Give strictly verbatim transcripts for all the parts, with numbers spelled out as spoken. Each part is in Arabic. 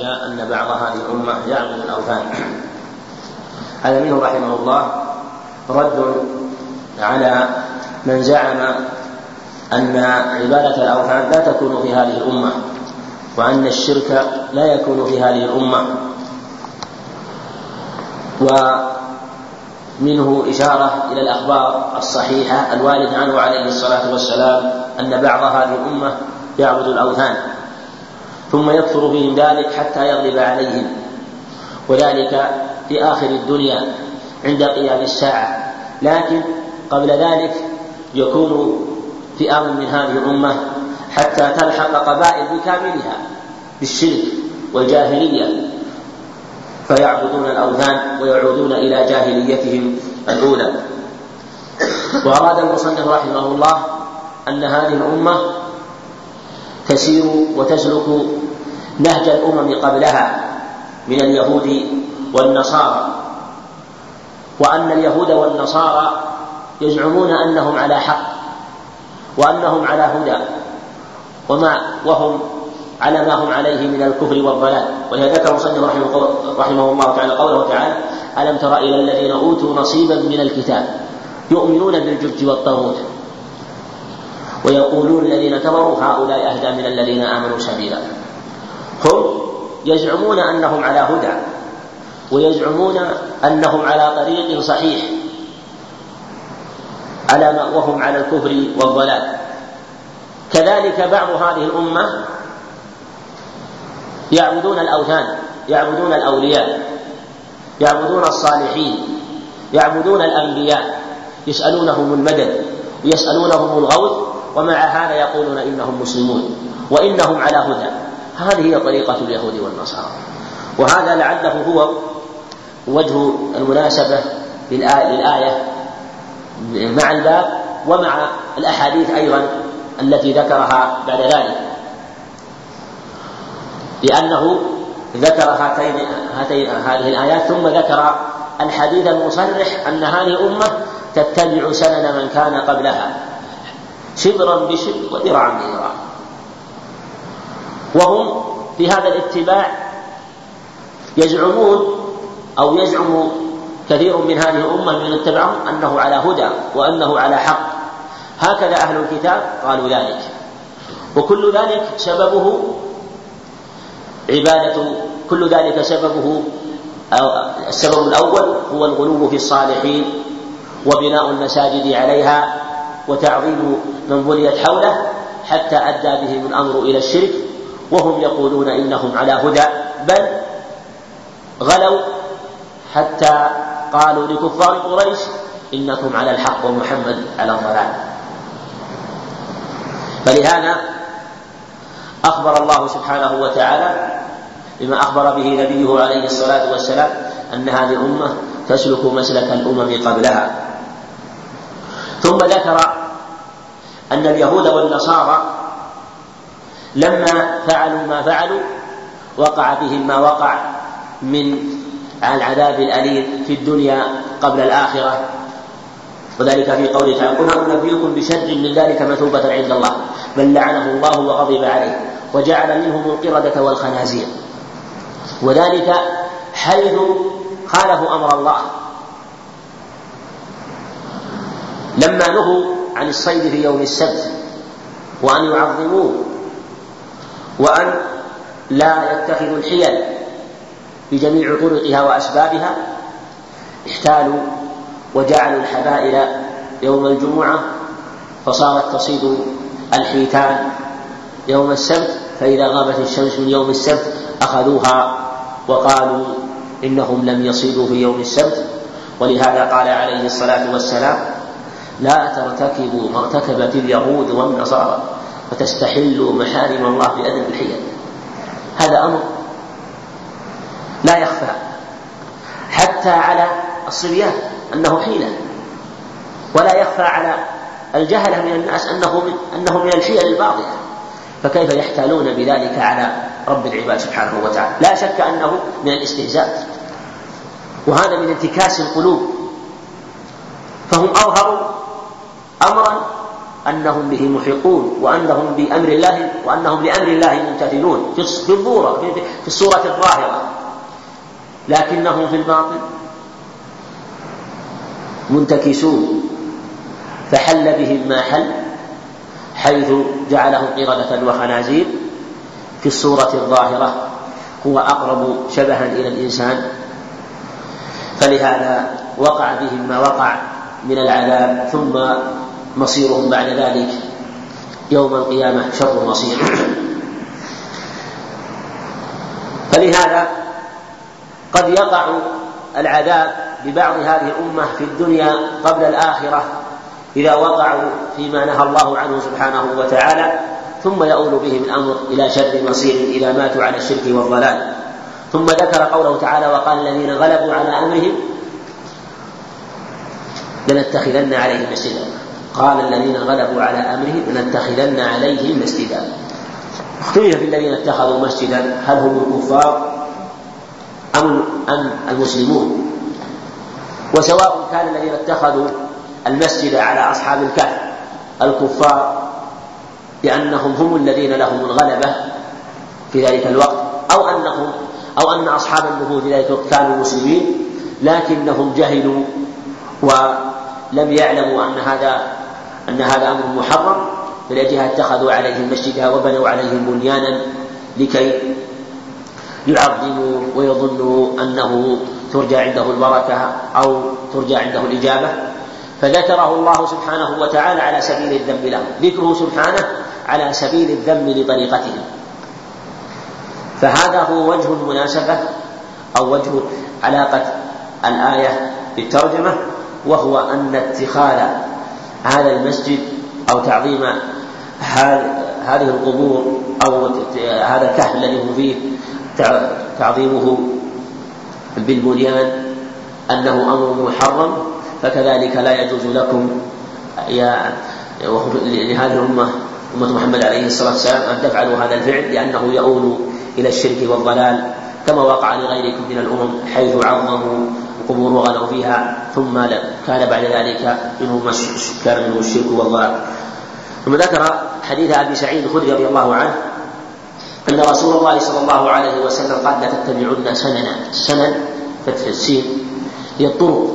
الدنيا أن بعض هذه الأمة يعبد الأوثان. هذا منه رحمه الله رد على من زعم أن عبادة الأوثان لا تكون في هذه الأمة، وأن الشرك لا يكون في هذه الأمة. ومنه إشارة إلى الأخبار الصحيحة الوارد عنه عليه الصلاة والسلام أن بعض هذه الأمة يعبد الأوثان ثم يكثر بهم ذلك حتى يغلب عليهم، وذلك في آخر الدنيا عند قيام الساعة. لكن قبل ذلك يكون فئام من هذه الأمة حتى تلحق قبائل بكاملها بالشرك والجاهلية، فيعبدون الأوثان ويعودون إلى جاهليتهم الأولى. وأراد المصنف رحمه الله أن هذه الأمة تسير وتسلك نهج الأمم قبلها من اليهود والنصارى، وأن اليهود والنصارى يزعمون أنهم على حق وأنهم على هدى وما وهم على ما هم عليه من الكفر والضلال. ولهذا ذكر المصنف رحمه, رحمه الله تعالى قوله تعالى: ألم تر إلى الذين أوتوا نصيبا من الكتاب يؤمنون بالجبت والطاغوت ويقولون الذين كفروا هؤلاء أهدى من الذين آمنوا سبيلا. هم يزعمون أنهم على هدى ويزعمون أنهم على طريق صحيح على ما وهم على الكفر والضلال. كذلك بعض هذه الأمة يعبدون الأوثان، يعبدون الأولياء، يعبدون الصالحين، يعبدون الأنبياء، يسألونهم المدد ويسألونهم الغوث، ومع هذا يقولون إنهم مسلمون وإنهم على هدى. هذه هي طريقة اليهود والنصارى، وهذا لعله هو وجه المناسبة للآية مع الباب ومع الأحاديث أيضا التي ذكرها بعد ذلك، لأنه ذكر هاتين, هاتين هذه الآيات ثم ذكر الحديث المصرح أن هذه الأمة تتبع سنن من كان قبلها شبرا بشبر وذراعا بذراع. وهم في هذا الاتباع يزعمون أو يزعم كثير من هذه الأمة من اتبعهم أنه على هدى وأنه على حق. هكذا أهل الكتاب قالوا ذلك، وكل ذلك سببه عبادة كل ذلك سببه السبب الأول هو الغلو في الصالحين وبناء المساجد عليها وتعظيم من بنيت حوله حتى أدى بهم الأمر إلى الشرك، وهم يقولون إنهم على هدى، بل غلوا حتى قالوا لكفار قريش إنكم على الحق ومحمد على الضلال. فلهذا أخبر الله سبحانه وتعالى بما أخبر به نبيه عليه الصلاة والسلام أن هذه الأمة تسلك مسلك الأمم قبلها. ثم ذكر أن اليهود والنصارى لما فعلوا ما فعلوا وقع بهم ما وقع من العذاب الأليم في الدنيا قبل الآخرة، وذلك في قوله تعالى: قل هل أنبئكم بشر من ذلك مثوبة عند الله من لعنه الله وغضب عليه وجعل منهم القردة والخنازير، وذلك حيث خالفوا أمر الله لما نهوا عن الصيد في يوم السبت وأن يعظموه وأن لا يتخذوا الحيل بجميع طرقها وأسبابها، احتالوا وجعلوا الحبائل يوم الجمعة فصارت تصيد الحيتان يوم السبت، فإذا غابت الشمس من يوم السبت أخذوها وقالوا إنهم لم يصيدوا في يوم السبت. ولهذا قال عليه الصلاة والسلام: لا ترتكبوا ما ارتكبت اليهود والنصارى فتستحلوا محارم الله بأذن الحيل. هذا أمر لا يخفى حتى على الصبيان أنه حيلة، ولا يخفى على الجهلة من الناس أنه من, أنه من الحيل الباطلة، فكيف يحتالون بذلك على رب العباد سبحانه وتعالى؟ لا شك أنه من الاستهزاء، وهذا من انتكاس القلوب. فهم أظهروا أمرا أنهم به محيطون وأنهم بأمر الله وأنهم لأمر الله ممتثلون في الظهور في الصورة الظاهرة، لكنهم في الباطن منتكسون، فحل بهم ما حل، حيث جعلهم قردة وخنازير. في الصورة الظاهرة هو أقرب شبها إلى الإنسان، فلهذا وقع بهم ما وقع من العذاب، ثم مصيرهم بعد ذلك يوم القيامة شر مصير. فلهذا قد يقع العذاب ببعض هذه الأمة في الدنيا قبل الآخرة إذا وقعوا فيما نهى الله عنه سبحانه وتعالى، ثم يؤول بهم الأمر إلى شر مصير إذا ماتوا على الشرك والضلال. ثم ذكر قوله تعالى: وقال الذين غلبوا على أمرهم لنتخذن عليهم مسجدا. قال الذين غلبوا على أمرهم لنتخذن عليهم مسجدا. اختلف في الذين اتخذوا مسجدا، هل هم الكفار أم المسلمون؟ وسواء كان الذين اتخذوا المسجد على أصحاب الكهف الكفار لأنهم هم الذين لهم الغلبة في ذلك الوقت، أو أنهم أو أن أصحاب النبوة في ذلك الوقت كانوا مسلمين لكنهم جهلوا ولم يعلموا أن هذا أن هذا أمر محرم، فلأجلها اتخذوا عليهم مسجدا وبنوا عليهم بنيانا لكي يعظموا ويظنوا أنه ترجى عنده البركة أو ترجى عنده الإجابة. فذكره الله سبحانه وتعالى على سبيل الذم لهم، ذكره سبحانه على سبيل الذم لطريقتهم. فهذا هو وجه المناسبة أو وجه علاقة الآية بالترجمة، وهو أن اتخاذ هذا المسجد أو تعظيم هذه القبور أو هذا الكهف الذي هم فيه تعظيمه بالبنيان أنه أمر محرم، فكذلك لا يجوز لكم يا لهذه الأمة أمة محمد عليه الصلاة والسلام أن تفعلوا هذا الفعل، لأنه يؤول إلى الشرك والضلال، كما وقع لغيركم من الأمم حيث عظموا قبور وغلوا فيها ثم كان بعد ذلك منهم كان منه الشرك والضلال. ثم ذكر حديث أبي سعيد الخدري رضي الله عنه أن رسول الله صلى الله عليه وسلم قال: لا تتبعن سننا. سنن فتح السين هي الطرق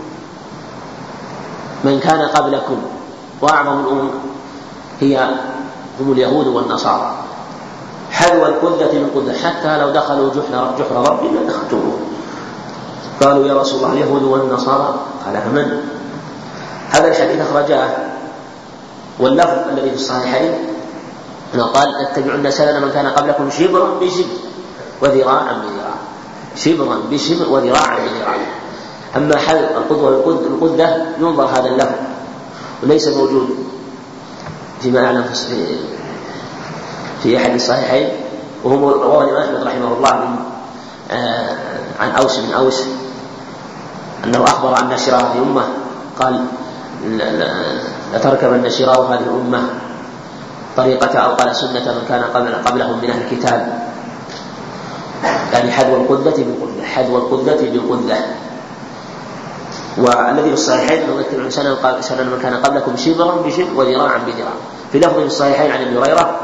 من كان قبلكم، وأعظم الأمم هي هم اليهود والنصارى، حذو القذة من قذة، حتى لو دخلوا جحر رب لدخلتموه. قالوا: يا رسول الله اليهود والنصارى؟ قال: فمن؟ هذا الحديث أخرجاه، واللفظ الذي في الصحيحين أنه قال: اتبعن سنن من كان قبلكم شبرا بشبر وذراعا بذراع، شبرا بشبر وذراعا بذراع. أما حذو القذة والقذة ينظر هذا اللفظ وليس موجود فيما أعلم في في أحد الصحيحين، وهو رواه الإمام أحمد رحمه الله من آه عن أوس بن أوس أنه أخبر أن شراء هذه الأمة قال: لتركبن شراء هذه الأمة طريقة أو قال سنة من كان قبل قبلهم من أهل الكتاب، يعني حذو القذة بالقذة، حذو القذة بالقذة. والذي في الصحيحين أنه يتبع سنن من كان قبلكم شبرا بشبر وذراعا بذراع. في لفظ في الصحيحين عن ابي هريرة: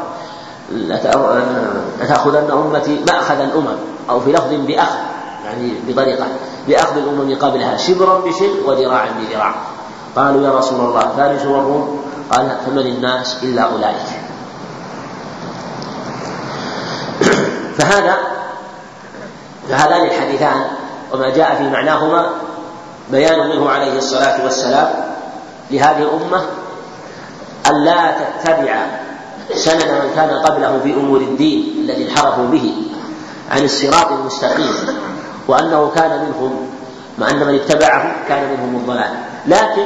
لتأخذن أمتي مأخذ الأمم، أو في لفظ بأخذ يعني بطريقة بأخذ الأمم قبلها شبرا بشبر وذراعا بذراع. قالوا: يا رسول الله فارس والروم؟ قال: فمن الناس إلا أولئك. فهذا فهذان الحديثان وما جاء في معناهما بيان منه عليه الصلاة والسلام لهذه الأمة أن لا تتبع سنن من كان قبله في أمور الدين الذي انحرفوا به عن الصراط المستقيم، وأنه كان منهم ما أن من اتبعه كان منهم الضلال، لكن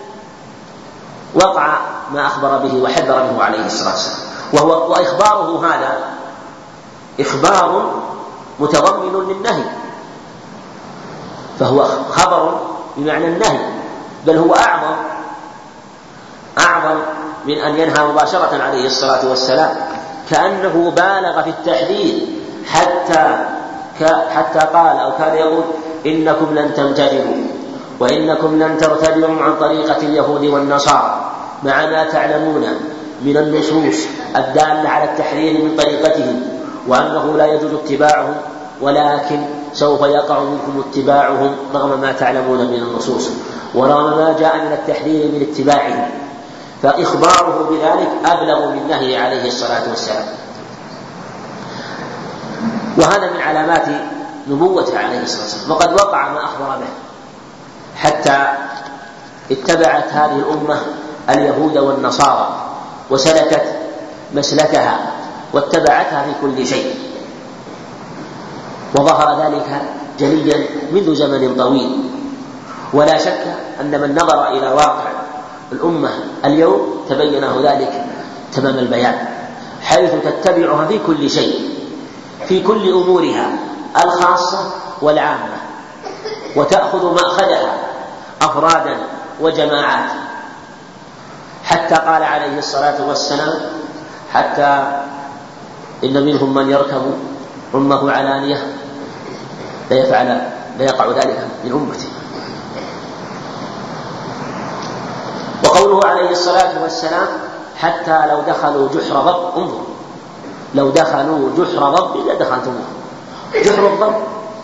وقع ما أخبر به وحذر منه عليه الصلاة والسلام، وهو وإخباره هذا إخبار متضمن للنهي، فهو خبر بمعنى النهي، بل هو أعظم أعظم من أن ينهى مباشرة عليه الصلاة والسلام، كأنه بالغ في التحذير حتى حتى قال أو كان يقول: إنكم لن تنتهوا وإنكم لن ترتدوا عن طريقة اليهود والنصارى، مع ما تعلمون من النصوص الدالة على التحرير من طريقتهم وأنه لا يجوز اتباعهم، ولكن سوف يقع منكم اتباعهم رغم ما تعلمون من النصوص ورغم ما جاء من التحرير من اتباعهم، فإخباره بذلك أبلغ من نهيه عليه الصلاة والسلام. وهذا من علامات نبوته عليه الصلاة والسلام، وقد وقع ما أخبر به حتى اتبعت هذه الأمة اليهود والنصارى وسلكت مسلكها واتبعتها في كل شيء، وظهر ذلك جليا منذ زمن طويل. ولا شك أن من نظر إلى واقع الأمة اليوم تبين له ذلك تمام البيان، حيث تتبعها في كل شيء في كل أمورها الخاصة والعامة، وتأخذ مأخذها أفرادا وجماعات، حتى قال عليه الصلاة والسلام حتى إن منهم من يركب أمه علانية لا يفعل لا يقع ذلك من أمته. وقوله عليه الصلاة والسلام حتى لو دخلوا جحر ضب، انظر لو دخلوا جحر ضب لدخلتموه. جحر الضب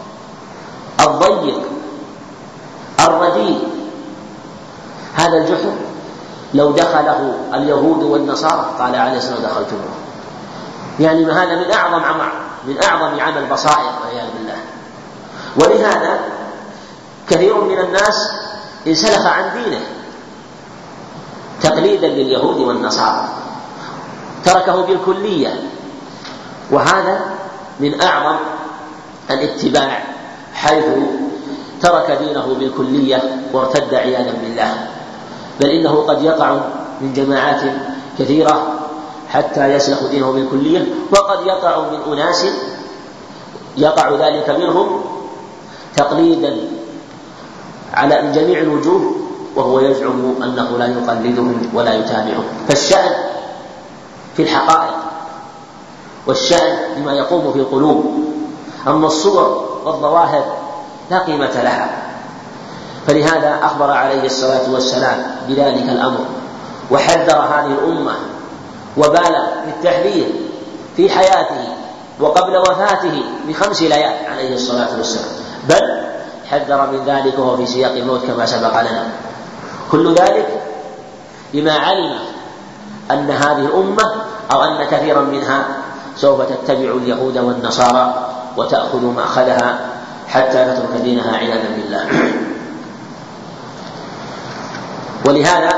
الضيق الرديء، هذا الجحر لو دخله اليهود والنصارى قال عليه الصلاة والسلام دخلتموه. يعني ما هذا من أعظم عمل من أعظم عمل بصائر والعياذ بالله. ولهذا كثير من الناس انسلخ عن دينه تقليدا لليهود والنصارى، تركه بالكلية، وهذا من أعظم الاتباع، حيث ترك دينه بالكلية وارتد عياذا بالله. بل إنه قد يقع من جماعات كثيرة حتى يسلخ دينه بالكلية، وقد يقع من أناس يقع ذلك منهم تقليدا على من جميع الوجوه، وهو يزعم أنه لا يقلدهم ولا يتابعهم. فالشأن في الحقائق والشأن بما يقوم في القلوب، أما الصور والظواهر لا قيمة لها. فلهذا أخبر عليه الصلاة والسلام بذلك الأمر، وحذر هذه الأمة وبالغ في التحذير في حياته وقبل وفاته بخمس ليال عليه الصلاة والسلام، بل حذر من ذلك وهو في سياق الموت كما سبق لنا. كل ذلك بما علم أن هذه الأمة أو أن كثيرا منها سوف تتبع اليهود والنصارى وتأخذ مأخذها حتى تترك دينها عياذا بالله. ولهذا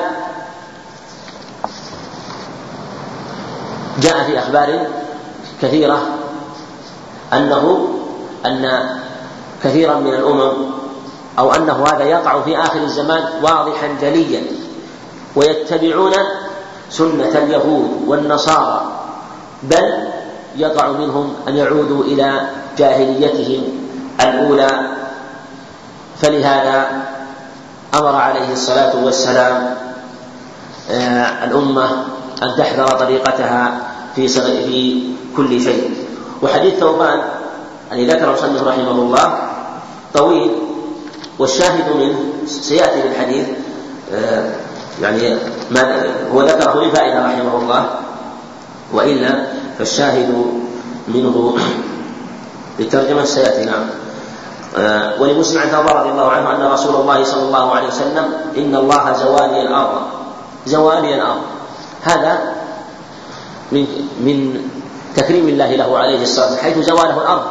جاء في أخبار كثيرة أنه أن كثيرا من الأمم أو أنه هذا يقع في آخر الزمان واضحا جليا، ويتبعون سنة اليهود والنصارى، بل يقع منهم أن يعودوا إلى جاهليتهم الأولى. فلهذا أمر عليه الصلاة والسلام الأمة أن تحذر طريقتها في في كل شيء. وحديث ثوبان الذي ذكره المصنف رحمه الله طويل، والشاهد منه سيأتي بالحديث، يعني ما هو ذكره لفائدة رحمه الله، وإلا فالشاهد منه للترجمة سيأتي. نعم. ولمسلم عن ثوبان رضي الله عنه أن رسول الله صلى الله عليه وسلم إن الله زوالي الأرض زوالي الأرض هذا من من تكريم الله له عليه الصلاة والسلام، حيث زواله الأرض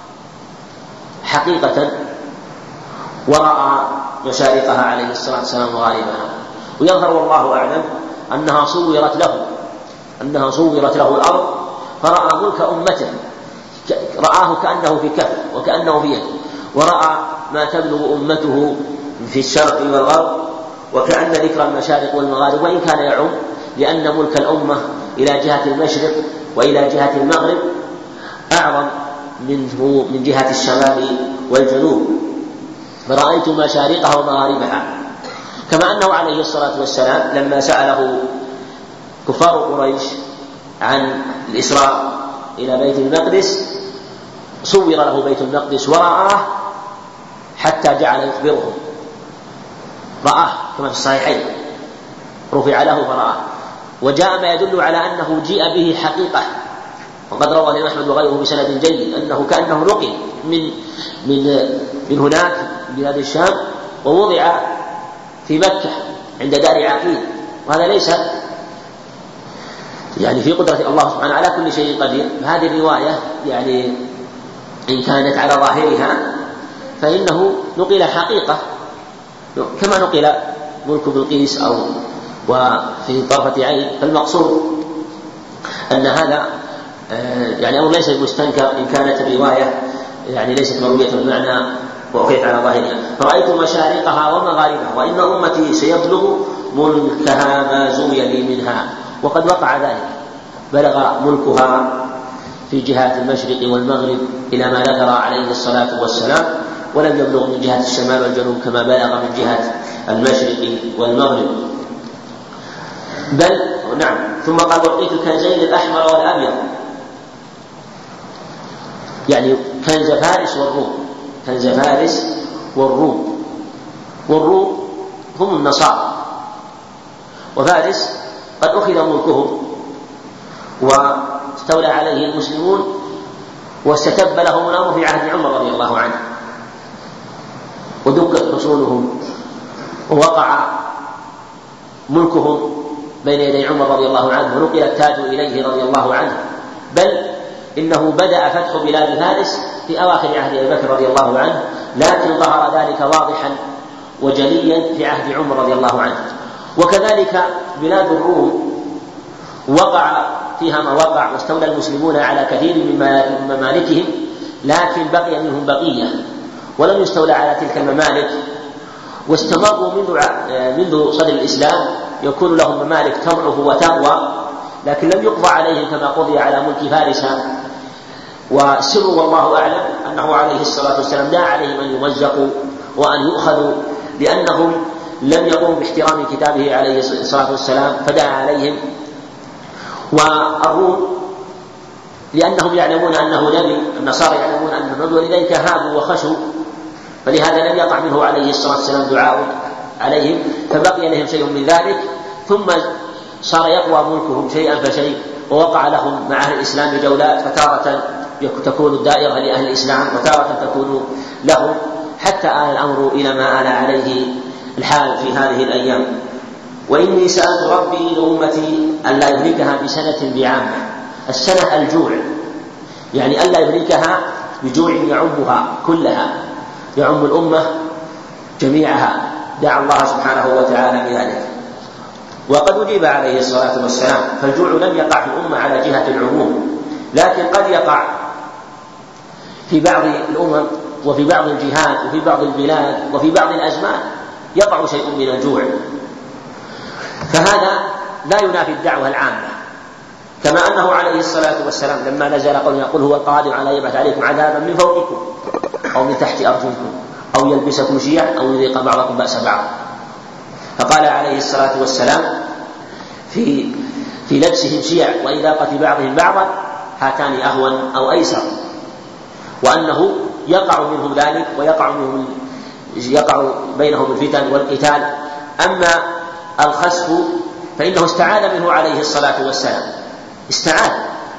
حقيقة ورأى مشارقها عليه الصلاة والسلام وغاربها. ويظهر والله أعلم أنها صورت له أنها صورت له الأرض فرأى ملك أمته، رآه كأنه في كف وكأنه في يد، ورأى ما تبلغ أمته في الشرق والغرب، وكأن ذكر المشارق والمغارب وإن كان يعم، لأن ملك الأمة إلى جهة المشرق وإلى جهة المغرب أعظم منه من جهة الشمال والجنوب، فرأيت مشارقها ومغاربها. كما أنه عليه الصلاة والسلام لما سأله كفار قريش عن الإسراء إلى بيت المقدس صور له بيت المقدس ورآه حتى جعل يخبرهم، رآه كما في الصحيحين رفع له فرآه. وجاء ما يدل على أنه جيء به حقيقة، وقد روى الإمام أحمد وغيره بسند جيد أنه كأنه نقل من من من هناك من بلاد الشام ووضع في مكة عند دار عقيل، وهذا ليس يعني في قدرة الله سبحانه على كل شيء قدير. هذه الرواية يعني إن كانت على ظاهرها فإنه نقل حقيقة كما نقل ملك بلقيس أو وفي طرفة عين. فالمقصود أن هذا يعني أمر ليس بمستنكر إن كانت الرواية يعني ليست مروية المعنى وأخذت على ظاهرها. فرأيت مشارقها ومغاربها وإن أمتي سيبلغ ملكها ما زوي لي منها. وقد وقع ذلك، بلغ ملكها في جهات المشرق والمغرب إلى ما نذر عليه الصلاة والسلام، ولم يبلغ من جهة الشمال والجنوب كما بلغ من جهة المشرق والمغرب. بل نعم. ثم قال أعطيت الكنزين الأحمر والأبيض، يعني كنز فارس والروم، كنز فارس والروم. والروم هم النصارى، وفارس قد أخذ ملكهم واستولى عليه المسلمون واستتب لهم الأمر في عهد عمر رضي الله عنه، ودكت حصونهم ووقع ملكهم بين يدي عمر رضي الله عنه ونقل التاج إليه رضي الله عنه. بل إنه بدأ فتح بلاد فارس في أواخر عهد أبي بكر رضي الله عنه، لكن ظهر ذلك واضحا وجليا في عهد عمر رضي الله عنه. وكذلك بلاد الروم وقع فيها ما وقع واستولى المسلمون على كثير من ممالكهم، لكن بقي منهم بقية ولم يستولى على تلك الممالك، واستمروا منذ منذ صدر الإسلام يكون لهم ممالك تضعف وتقوى، لكن لم يقضى عليهم كما قضي على ملك فارس. والسر والله أعلم أنه عليه الصلاة والسلام دعا عليهم أن يمزقوا وأن يؤخذوا، لأنهم لم يقوموا باحترام كتابه عليه الصلاة والسلام فدعا عليهم. والروم لأنهم يعلمون أنه نبي، النصارى يعلمون أنه نبي، ولذلك هابوا وخشوا، فلهذا لم يقع منه عليه الصلاة والسلام دعاء عليهم، فبقي لهم شيء من ذلك. ثم صار يقوى ملكهم شيئا فشيء، ووقع لهم مع أهل الإسلام جولات، فتارة تكون الدائرة لأهل الإسلام وتارة تكون لهم، حتى آل الأمر إلى ما آل عليه الحال في هذه الأيام. وإني سألت ربي لأمتي ألا يهلكها بسنة بعامة. السنة الجوع، يعني ألا يهلكها بجوع يعمها كلها، يعم الأمة جميعها. دعا الله سبحانه وتعالى بذلك، وقد أجيب عليه الصلاة والسلام. فالجوع لم يقع في الأمة على جهة العموم، لكن قد يقع في بعض الأمم وفي بعض الجهات وفي بعض البلاد وفي بعض الأزمان يقع شيء من الجوع، فهذا لا ينافي الدعوة العامة. كما أنه عليه الصلاة والسلام لما نزل قوله يقول هو القادر على يبعث عليكم عذابا من فوقكم أو من تحت أرجلكم أو يلبسكم شيعا أو يذيق بعضكم بأس بعض، فقال عليه الصلاة والسلام في في لبسهم شيع وإذاقة بعضهم بعضا هاتان أهون أو أيسر، وأنه يقع منهم ذلك ويقع منهم يقع بينهم الفتن والقتال. أما الخسف فإنه استعاذ منه عليه الصلاة والسلام، استعاذ،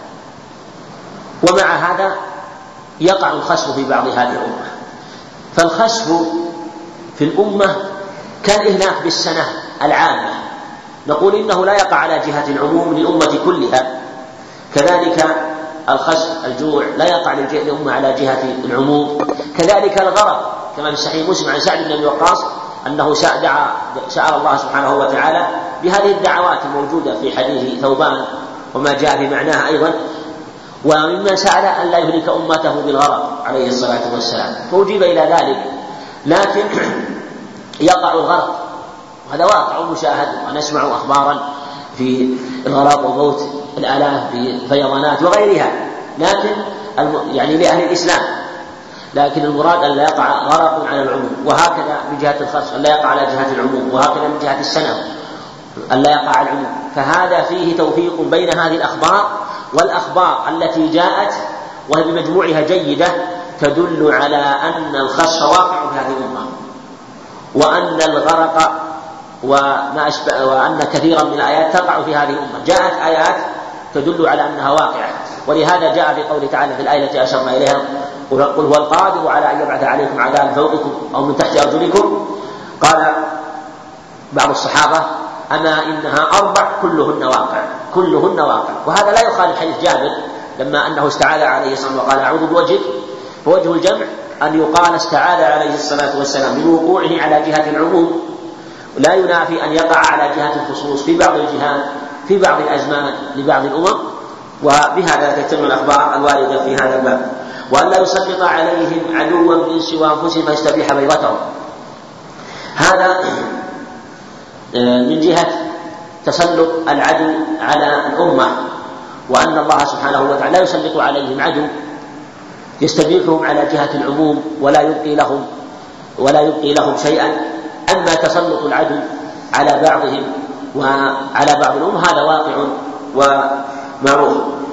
ومع هذا يقع الخسف في بعض هذه الأمة. فالخسف في الأمة كالإهلاك بالسنة العامة، نقول إنه لا يقع على جهة العموم للأمة كلها، كذلك الخسف الجوع لا يقع للأمة على جهة العموم، كذلك الغرق كما في صحيح مسلم عن سعد بن أبي وقاص أنه دعا سأل الله سبحانه وتعالى بهذه الدعوات الموجودة في حديث ثوبان وما جاء في معناها أيضا، ومما سأل أن لا يهلك أمته بالغرق عليه الصلاة والسلام، فأجيب إلى ذلك. لكن يقع الغرق وهذا واقع مشاهد، ونسمع أخبارا في الغرق وموت الآلاف في فيضانات وغيرها، لكن يعني لأهل الإسلام، لكن المراد أن لا يقع غرق على العموم. وهكذا من جهة الخص أن لا يقع على جهة العموم، وهكذا من جهة السنة أن لا يقع على العموم. فهذا فيه توفيق بين هذه الأخبار والأخبار التي جاءت وهي بمجموعها جيدة تدل على أن الخص واقع في هذه الأمة، وأن الغرق وما أشبه وأن كثيرا من الآيات تقع في هذه الأمة. جاءت آيات تدل على أنها واقعة، ولهذا جاء في قوله تعالى في الآية التي أشرنا إليها: قل هو القادر على أن يبعث عليكم عذابا فوقكم أو من تحت أرجلكم. قال بعض الصحابة: أما إنها أربع كلهن واقع كلهن واقع. وهذا لا يخالف حديث جابر لما أنه استعاذ عليه الصلاة والسلام وقال: أعوذ بوجهك. فوجه الجمع أن يقال استعاذ عليه الصلاة والسلام من وقوعه على جهة العموم، لا ينافي أن يقع على جهة الخصوص في بعض الجهات في بعض الأزمان لبعض الأمم، وبهذا تتم الأخبار الواردة في هذا الباب. وأن لا يسلط عليهم عدوا من سوى أنفسهم فيستبيح بيضتهم. هذا من جهة تسلط العدو على الأمة، وأن الله سبحانه وتعالى لا يسلط عليهم عدو يستبيحهم على جهة العموم ولا يبقي لهم ولا يبقي لهم شيئا. أما تسلط العدو على بعضهم وعلى بعض الأمة هذا واقع ومعروف.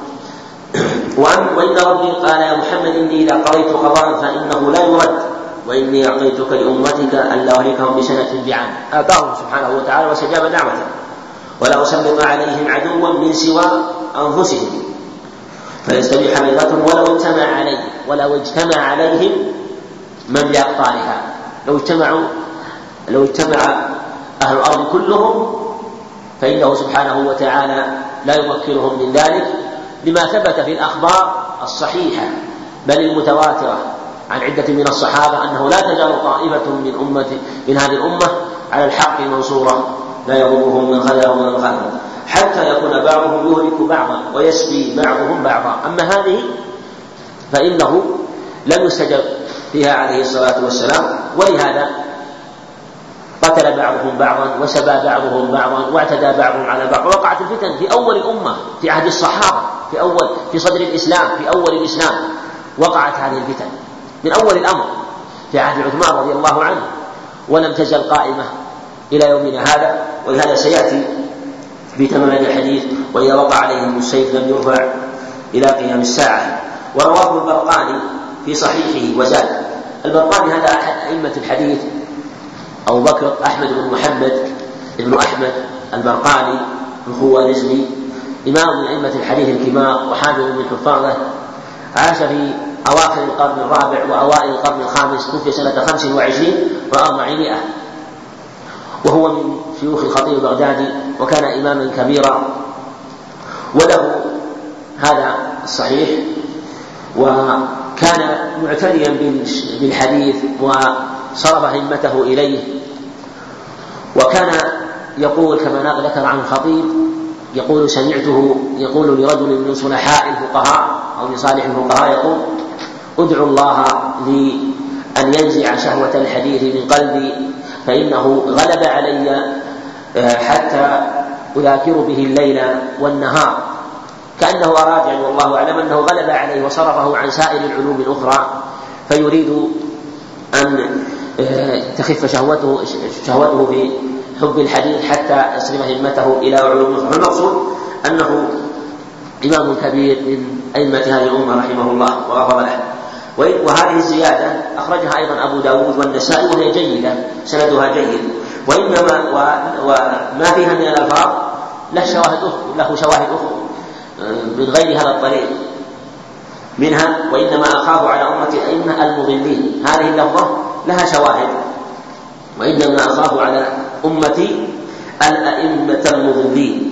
وإن ربي قال: يا محمد إني إذا قضيت قضاء فإنه لا يرد، وإني أعطيتك لأمتك أن لا أهلكهم بسنة بعام. آتاهم سبحانه وتعالى واستجاب دعوته: ولا أسلط عليهم عدوا من سوى أنفسهم فيستبيح بيضتهم ولو اجتمع عليه ولو اجتمع عليهم من بأقطارها. لو اجتمعوا لو اجتمع أهل الأرض كلهم فإنه سبحانه وتعالى لا يمكنهم من ذلك، لما ثبت في الأخبار الصحيحة بل المتواترة عن عدة من الصحابة أنه لا تزال طائفة من أمة من هذه الأمة على الحق منصورة لا يضرهم من خذلهم ومن خذلهم، حتى يكون بعضهم يهلك بعضا ويسبي بعضهم بعضا. أما هذه فإنه لم يستجب فيها عليه الصلاة والسلام، ولهذا قتل بعضهم بعضا وسبى بعضهم بعضا واعتدى بعضهم على بعض. وقعت الفتن في أول الأمة في عهد الصحابة في أول في صدر الإسلام في أول الإسلام وقعت هذه الفتن من أول الأمر في عهد عثمان رضي الله عنه، ولم تزل قائمة إلى يومنا هذا. ولهذا سيأتي في تمام الحديث: وإذا وقع عليهم السيف لم يرفع إلى قيام الساعة. ورواه البرقاني في صحيحه وزاد. البرقاني هذا أحد أئمة الحديث، أبو بكر أحمد بن محمد بن أحمد البرقاني الخوارزمي، إمام من أئمة الحديث الكبار وحافظ من حفاظه، عاش في أواخر القرن الرابع وأوائل القرن الخامس، توفي سنة خمس وعشرين وأربعمائة، وهو من شيوخ الخطيب البغدادي، وكان إماما كبيرا وله هذا الصحيح، وكان معتنيا بالحديث وصرف همته إليه. وكان يقول كما ذكر عنه الخطيب، يقول سمعته يقول لرجل من صلحاء الفقهاء أو من صالح الفقهاء يقول: ادعو الله لي أن ينزع شهوة الحديث من قلبي فإنه غلب علي حتى أذاكر به الليل والنهار. كأنه أراد يعني والله أعلم أنه غلب عليه وصرفه عن سائر العلوم الأخرى، فيريد أن تخف شهوته شهوته في حب الحديث حتى يصرف همته إلى علوم أخرى. فالمقصود أنه إمام كبير من أئمة هذه الأمة رحمه الله وغفر له. وهذه الزيادة أخرجها أيضا أبو داود والنسائي وهي جيدة سندها جيد، وإنما وما فيها من الألفاظ له شواهد أخرى له شواهد أخرى من غير هذا الطريق، منها: وإنما أخاف على أمة الأئمة المضلين. هذه اللفظة لها شواهد: وإنما أخاف على أمتي الأئمة المضلين.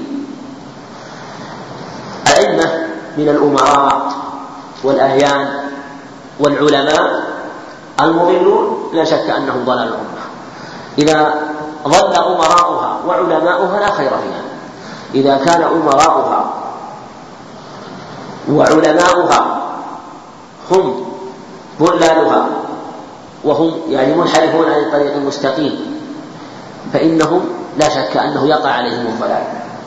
الأئمة من الأمراء والأعيان والعلماء المضلون لا شك أنهم ضلال الأمة. إذا ضل أمراؤها وعلماؤها لا خير فيها. إذا كان أمراؤها وعلماؤها هم ضلالها وهم يعني منحرفون عن الطريق المستقيم فإنهم لا شك أنه يقع عليهم الضلال.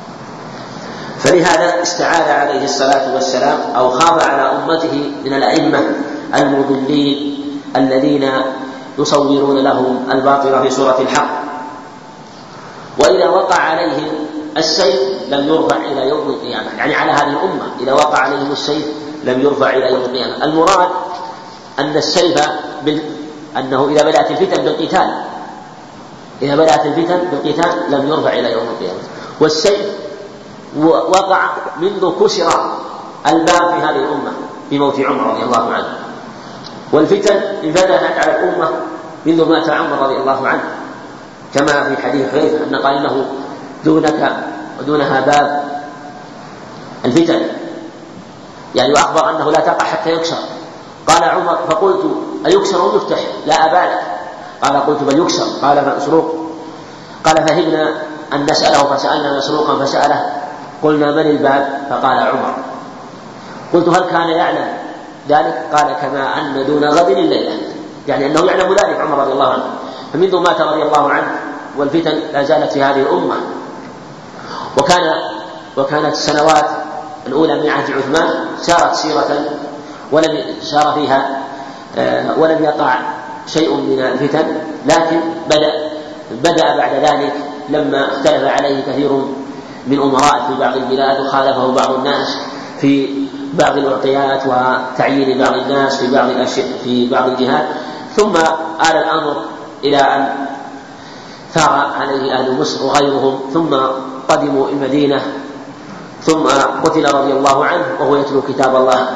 فلهذا استعاذ عليه الصلاة والسلام أو خاف على أمته من الأئمة المضلين الذين يصورون لهم الباطل في صورة الحق. وإذا وقع عليهم السيف لم يرفع إلى يوم القيامة، يعني على هذه الأمة إذا وقع عليهم السيف لم يرفع إلى يوم القيامة. المراد أن السيف بال... أنه إذا بدأت الفتن بالقتال إذا بدأت الفتن بالقتال لم يرفع إلى يوم القيامة. والسيف وقع منذ كسر الباب في هذه الأمة بموت عمر رضي الله عنه، والفتن انفتحت على الأمة منذ مات عمر رضي الله عنه، كما في حديث حذيفة أن قال إنه دونك ودونها باب الفتن، يعني وأخبر أنه لا تقع حتى يكسر. قال عمر فقلت أيكسر أو يفتح؟ لا أبالك. قال قلت بل يكسر. قال مسروق قال فهبنا أن نسأله فسألنا مسروقا فسأله قلنا من الباب؟ فقال عمر. قلت هل كان يعلم ذلك؟ قال كما أن دون غد الليلة، يعني أنه يعلم ذلك عمر رضي الله عنه. فمنذ مات رضي الله عنه والفتن لا زالت في هذه الأمة. وكان وكانت السنوات الأولى من عهد عثمان سارت سيرة ولم سار فيها ولم يقع شيء من الفتن، لكن بدأ بدأ بعد ذلك لما اختلف عليه كثير من أمراء في بعض البلاد وخالفه بعض الناس في بعض الأعطيات وتعيين بعض الناس في بعض الأشياء في بعض الجهات، ثم آل الأمر إلى أن ثار عليه أهل مصر وغيرهم، ثم قدموا المدينة، ثم قتل رضي الله عنه وهو يتلو كتاب الله.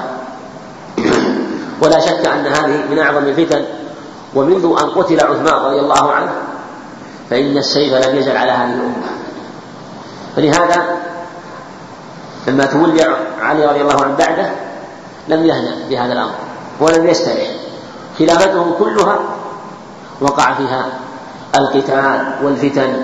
ولا شك أن هذه من أعظم الفتن. ومنذ أن قتل عثمان رضي الله عنه فإن السيف لم يزل على هذه الأمة. فلهذا لما تولي علي رضي الله عنه بعده لم يهنأ بهذا الأمر ولم يسترح. خلافته كلها وقع فيها القتال والفتن،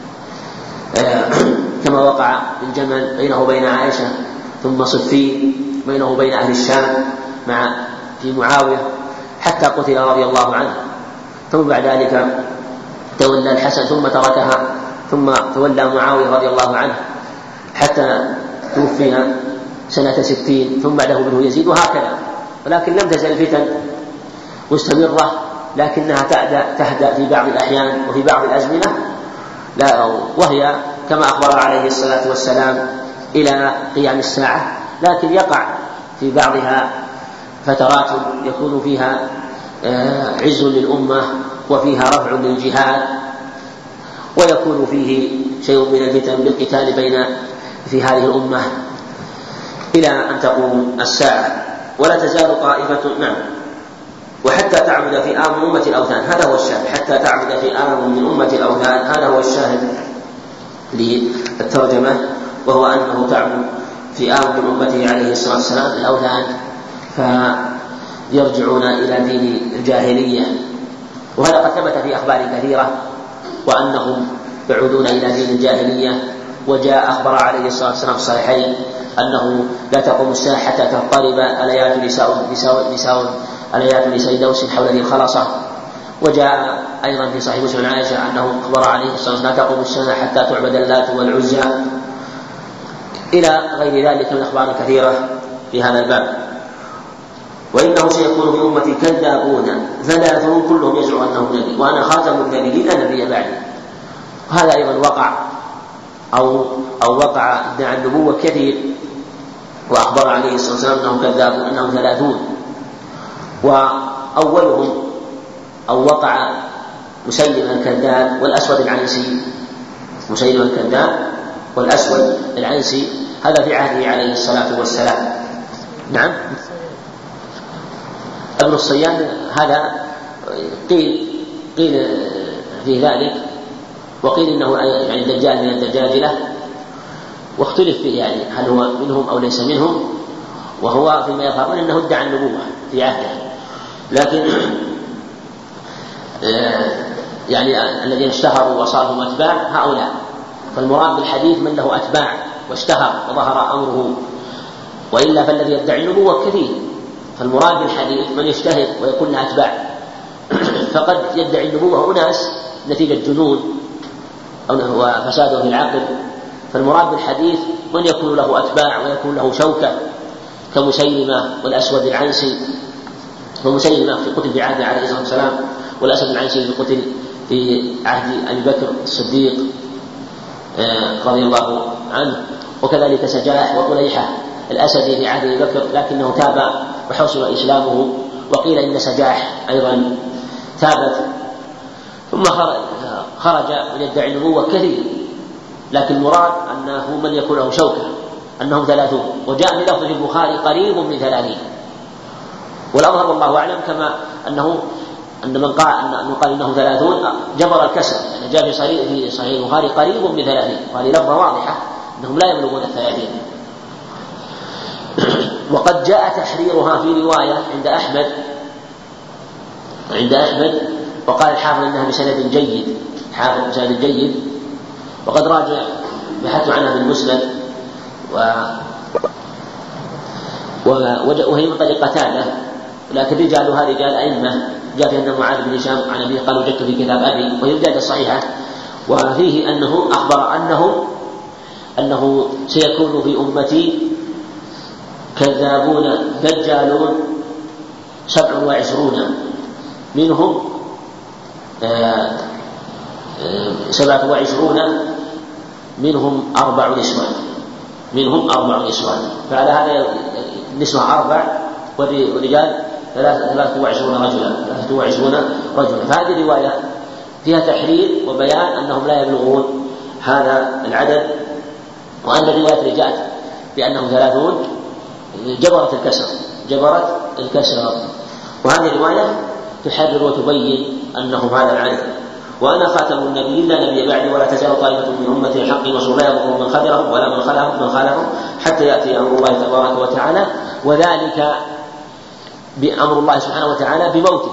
كما وقع الجمل بينه وبين عائشة، ثم صفين بينه وبين أهل الشام مع في معاوية حتى قتل رضي الله عنه. ثم بعد ذلك تولى الحسن ثم تركها، ثم تولى معاوية رضي الله عنه حتى توفي سنة ستين، ثم بعده ابنه يزيد، وهكذا. ولكن لم تزل الفتن مستمرة، لكنها تهدأ في بعض الأحيان وفي بعض الأزمنة، لا وهي كما أخبر عليه الصلاة والسلام إلى قيام الساعة. لكن يقع في بعضها فترات يكون فيها عز للأمة وفيها رفع للجهاد، ويكون فيه شيء من الفتن بالقتال بين في هذه الأمة إلى أن تقوم الساعة. ولا تزال طائفة نعم وحتى تعبد في آم من أمة الأوثان، هذا هو الشاهد، حتى تعبد في آم من أمة الأوثان، هذا هو الشاهد للترجمة، وهو أنه تعبد في آم من أمته عليه الصلاة والسلام الأوثان فيرجعون إلى دين الجاهلية. وهذا قد ثبت في أخبار كثيرة وأنهم يعودون إلى دين الجاهلية. وجاء أخبر عليه الصلاة والسلام في الصحيحين أنه لا تقوم الساعة حتى تضطرب الآيات نساء نساء نساء الآيات نساء دوس حول ذي الخلصة. وجاء أيضا في صحيح مسلم عن عائشة أنه أخبر عليه الصلاة والسلام لا تقوم الساعة حتى تعبد اللات والعزى، إلى غير ذلك من أخبار كثيرة في هذا الباب. وإنه سيكون في أمتي كذابون ثلاثون كلهم يزعم أنه نبي وأنا خاتم النبيين لا نبي بعدي. وهذا أيضا وقع أو أو وقع ادعى النبوة كثير، وأخبر عليه الصلاة والسلام أنهم كذابون أنهم ثلاثون. وأولهم أو وقع مسيلمة الكذاب والأسود العنسي، مسيلمة الكذاب والأسود العنسي، هذا في عهده عليه الصلاة والسلام. نعم ابن الصياد هذا قيل قيل في ذلك، وقيل إنه يعني دجال من الدجاجلة، واختلف فيه يعني هل هو منهم أو ليس منهم. وهو فيما يظهرون أنه ادعى النبوة في عهده، لكن يعني الذين اشتهروا وصاروا أتباع هؤلاء. فالمراد بالحديث من له أتباع واشتهر وظهر أمره، وإلا فالذي يدعي النبوة كثير. فالمراد بالحديث من يشتهر ويكون له أتباع. فقد يدعي النبوة أناس نتيجة جنون أو فساد في العقل. فالمراد بالحديث من يكون له أتباع ويكون له شوكة كمسيلمة والأسود العنسي. ومسيلمة في قتل في عهد عليه الصلاة والسلام، والأسود العنسي في قتل في عهد أبي بكر الصديق رضي الله عنه. وكذلك سجاح وطليحة الأسدي في عهد أبي بكر لكنه تاب وحسن إسلامه. وقيل إن سجاح أيضا ثابت. ثم خرج من يدعي النبوة كثير، لكن المراد أنه من يكون له شوكة أنهم ثلاثون، وجاء من لفظ البخاري قريب من ثلاثين، والأظهر والله أعلم كما أنه أن من قال أنه قال إنه ثلاثون جبر الكسر، يعني جاء في صحيح في صحيح البخاري قريب من ثلاثين، وهذه لفظة واضحة أنهم لا يبلغون الثلاثين. وقد جاء تحريرها في رواية عند أحمد عند أحمد وقال الحافظ إنها بسند جيد، حافظ بسند جيد، وقد راجع بحث عنها في المسند و وهي من طريق قتادة، لكن رجالها رجال أئمة. جاء في أن معاذ بن هشام عن أبيه قال وجدت في كتاب أبي، وهي رجال صحيحة، وفيه أنه أخبر أنه أنه سيكون في أمتي كذابون دجالون سبع وعشرون منهم آه آه سبعة وعشرون منهم أربع نسوان منهم أربع نسوان فعلى هذا النسوة أربع والرجال ثلاثة وعشرون رجلا ثلاثة وعشرون رجلا فهذه الرواية فيها تحرير وبيان أنهم لا يبلغون هذا العدد، وأن الرواية جاءت بأنهم ثلاثون جبرت الكسر جبرت الكسر وهذه الرواية تحرر وتبين أنهم هذا العدد. وأنا خاتم النبيين لا نبي بعدي ولا تزال طائفة من أمتي الحق رسول لا يضر من خذلهم ولا من خلفهم من خالفهم حتى يأتي أمر الله تبارك وتعالى، وذلك بأمر الله سبحانه وتعالى بموته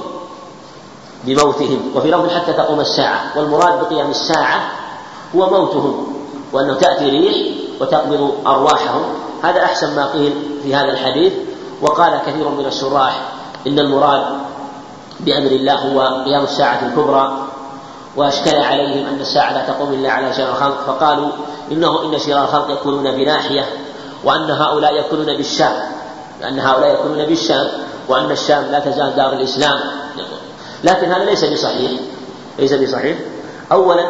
بموتهم وفي لفظ حتى تقوم الساعة، والمراد بقيام الساعة هو موتهم، وأنه تأتي ريح وتقبض أرواحهم. هذا أحسن ما قيل في هذا الحديث. وقال كثير من الشراح إن المراد بأمر الله هو قيام الساعة الكبرى، وأشكل عليهم أن الساعة لا تقوم إلا على شرار الخلق، فقالوا إنه إن شرار الخلق يكونون بناحية، وأن هؤلاء يكونون بالشام لأن هؤلاء يكونون بالشام وأن الشام لا تزال دار الإسلام. لكن هذا ليس بصحيح ليس بصحيح أولا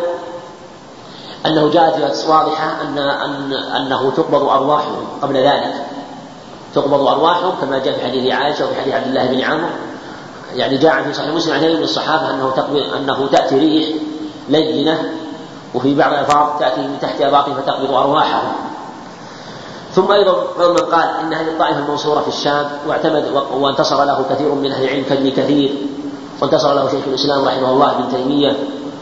أنه جاءت في واضحة أن أن أنه تقبض أرواحهم قبل ذلك تقبض أرواحهم كما جاء في حديث عائشة وفي حديث عبد الله بن عمرو، يعني جاء في صحيح مسلم عن من الصحابة أنه أنه تأتي ريح لينة، وفي بعض الألفاظ تأتي من تحت أباطهم فتقبض أرواحهم. ثم أيضا من قال إن هذه الطائفة المنصورة في الشام، واعتمد وانتصر له كثير من أهل العلم كابن كثير، وانتصر له شيخ الإسلام رحمه الله ابن تيمية،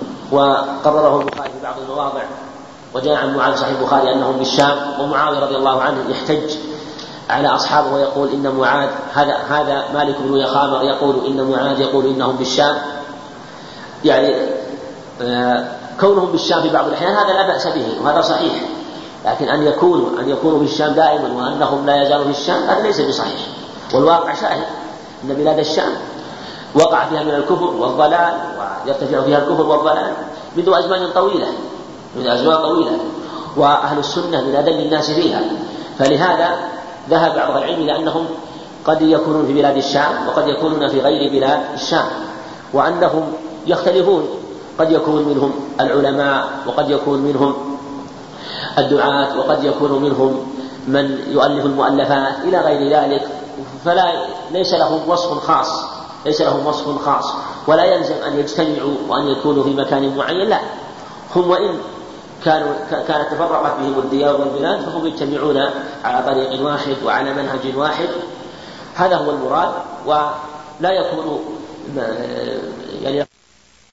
وقرره البخاري في بعض المواضع. وجاء عن معاذ صحيح البخاري أنهم بالشام، ومعاوية رضي الله عنه يحتج على أصحابه ويقول إن معاذ هذا هذا مالك بن يخامر يقول إن معاذ يقول إنهم بالشام، يعني آه كونهم بالشام في بعض الأحيان هذا لا بأس به وهذا صحيح، لكن أن يكونوا أن يكونوا بالشام دائما وأنهم لا يزالوا في الشام هذا ليس بصحيح. والواقع شاهد أن بلاد الشام وقع فيها من الكفر والضلال ويرتفع فيها الكفر والضلال منذ أزمان طويلة منذ أزمان طويلة وأهل السنة من أدل الناس فيها. فلهذا ذهب بعض العلم إلى أنهم قد يكونون في بلاد الشام وقد يكونون في غير بلاد الشام، وأنهم يختلفون، قد يكون منهم العلماء وقد يكون منهم الدعاة وقد يكون منهم من يؤلف المؤلفات إلى غير ذلك، فلا ليس لهم وصف خاص ليس لهم وصف خاص ولا يلزم أن يجتمعوا وأن يكونوا في مكان معين، لا، هم وإن كانوا كانت تفرقت بهم الديار والبلاد فهم يجتمعون على طريق واحد وعلى منهج واحد. هذا هو المراد، ولا يكون يعني